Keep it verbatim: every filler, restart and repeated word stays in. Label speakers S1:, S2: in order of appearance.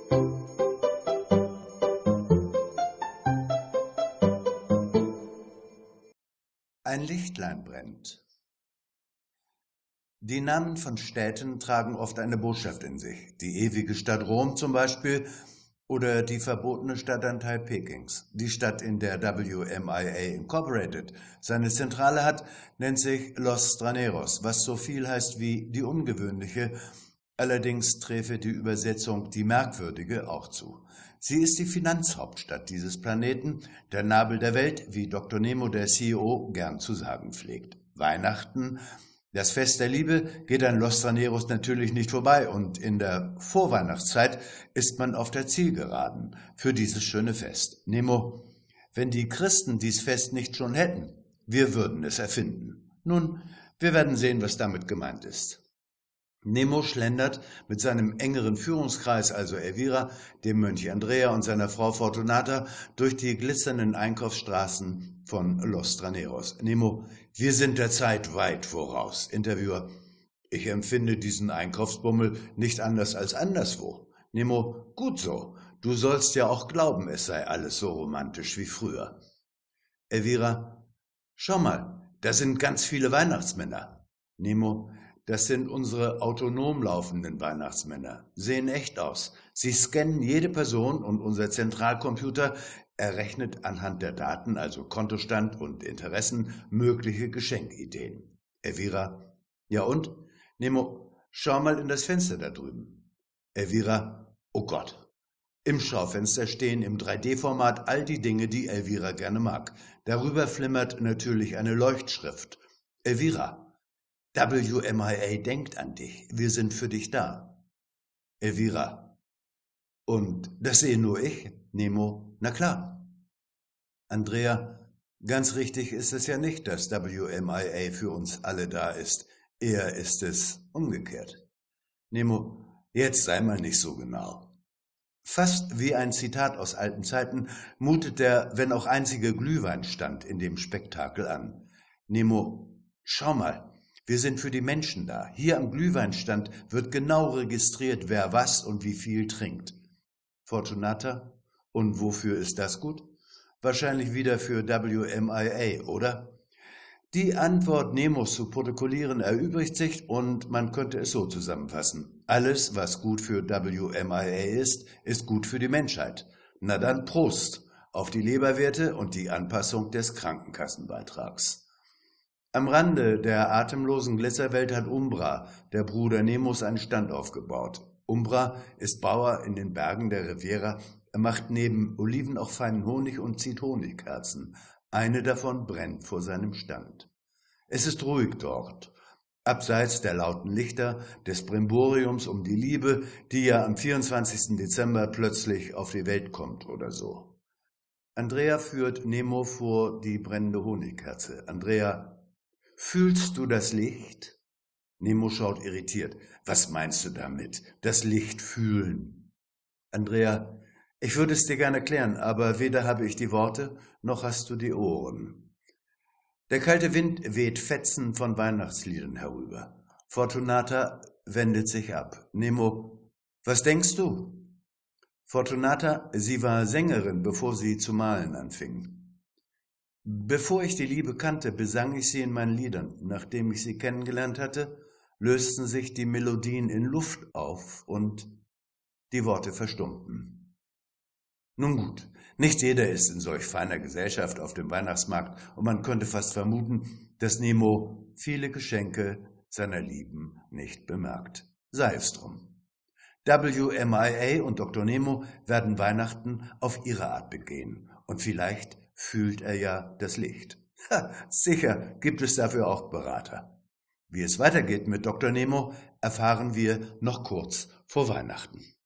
S1: Ein Lichtlein brennt. Die Namen von Städten tragen oft eine Botschaft in sich. Die ewige Stadt Rom zum Beispiel oder die verbotene Stadtanteil Pekings. Die Stadt, in der W M I A Incorporated seine Zentrale hat, nennt sich Los Straneros, was so viel heißt wie die ungewöhnliche. Allerdings träfe die Übersetzung die merkwürdige auch zu. Sie ist die Finanzhauptstadt dieses Planeten, der Nabel der Welt, wie Doktor Nemo, der C E O, gern zu sagen pflegt. Weihnachten, das Fest der Liebe, geht an Los Straneros natürlich nicht vorbei und in der Vorweihnachtszeit ist man auf der Zielgeraden für dieses schöne Fest. Nemo, wenn die Christen dies Fest nicht schon hätten, wir würden es erfinden. Nun, wir werden sehen, was damit gemeint ist. Nemo schlendert mit seinem engeren Führungskreis, also Elvira, dem Mönch Andrea und seiner Frau Fortunata, durch die glitzernden Einkaufsstraßen von Los Straneros. Nemo, wir sind der Zeit weit voraus. Interviewer, ich empfinde diesen Einkaufsbummel nicht anders als anderswo. Nemo, gut so. Du sollst ja auch glauben, es sei alles so romantisch wie früher. Elvira, schau mal, da sind ganz viele Weihnachtsmänner. Nemo, das sind unsere autonom laufenden Weihnachtsmänner, sehen echt aus. Sie scannen jede Person und unser Zentralcomputer errechnet anhand der Daten, also Kontostand und Interessen, mögliche Geschenkideen. Elvira, ja und? Nemo, schau mal in das Fenster da drüben. Elvira, oh Gott. Im Schaufenster stehen im drei D Format all die Dinge, die Elvira gerne mag. Darüber flimmert natürlich eine Leuchtschrift. Elvira, W M I A denkt an dich. Wir sind für dich da. Elvira. Und das sehe nur ich? Nemo. Na klar. Andrea. Ganz richtig ist es ja nicht, dass W M I A für uns alle da ist. Eher ist es umgekehrt. Nemo. Jetzt sei mal nicht so genau. Fast wie ein Zitat aus alten Zeiten mutet der, wenn auch einzige Glühweinstand in dem Spektakel an. Nemo. Schau mal. Wir sind für die Menschen da. Hier am Glühweinstand wird genau registriert, wer was und wie viel trinkt. Fortunata, und wofür ist das gut? Wahrscheinlich wieder für W M I A, oder? Die Antwort Nemos zu protokollieren erübrigt sich und man könnte es so zusammenfassen. Alles, was gut für W M I A ist, ist gut für die Menschheit. Na dann Prost auf die Leberwerte und die Anpassung des Krankenkassenbeitrags. Am Rande der atemlosen Glitzerwelt hat Umbra, der Bruder Nemos, einen Stand aufgebaut. Umbra ist Bauer in den Bergen der Riviera. Er macht neben Oliven auch feinen Honig und zieht Honigkerzen. Eine davon brennt vor seinem Stand. Es ist ruhig dort, abseits der lauten Lichter des Brimboriums um die Liebe, die ja am vierundzwanzigsten Dezember plötzlich auf die Welt kommt oder so. Andrea führt Nemo vor die brennende Honigkerze. Andrea, fühlst du das Licht? Nemo schaut irritiert. Was meinst du damit? Das Licht fühlen. Andrea, ich würde es dir gerne erklären, aber weder habe ich die Worte, noch hast du die Ohren. Der kalte Wind weht Fetzen von Weihnachtsliedern herüber. Fortunata wendet sich ab. Nemo, was denkst du? Fortunata, sie war Sängerin, bevor sie zu malen anfing. Bevor ich die Liebe kannte, besang ich sie in meinen Liedern. Nachdem ich sie kennengelernt hatte, lösten sich die Melodien in Luft auf und die Worte verstummten. Nun gut, nicht jeder ist in solch feiner Gesellschaft auf dem Weihnachtsmarkt und man könnte fast vermuten, dass Nemo viele Geschenke seiner Lieben nicht bemerkt. Sei es drum. W M I A und Doktor Nemo werden Weihnachten auf ihre Art begehen und vielleicht fühlt er ja das Licht. Ha, sicher gibt es dafür auch Berater. Wie es weitergeht mit Doktor Nemo, erfahren wir noch kurz vor Weihnachten.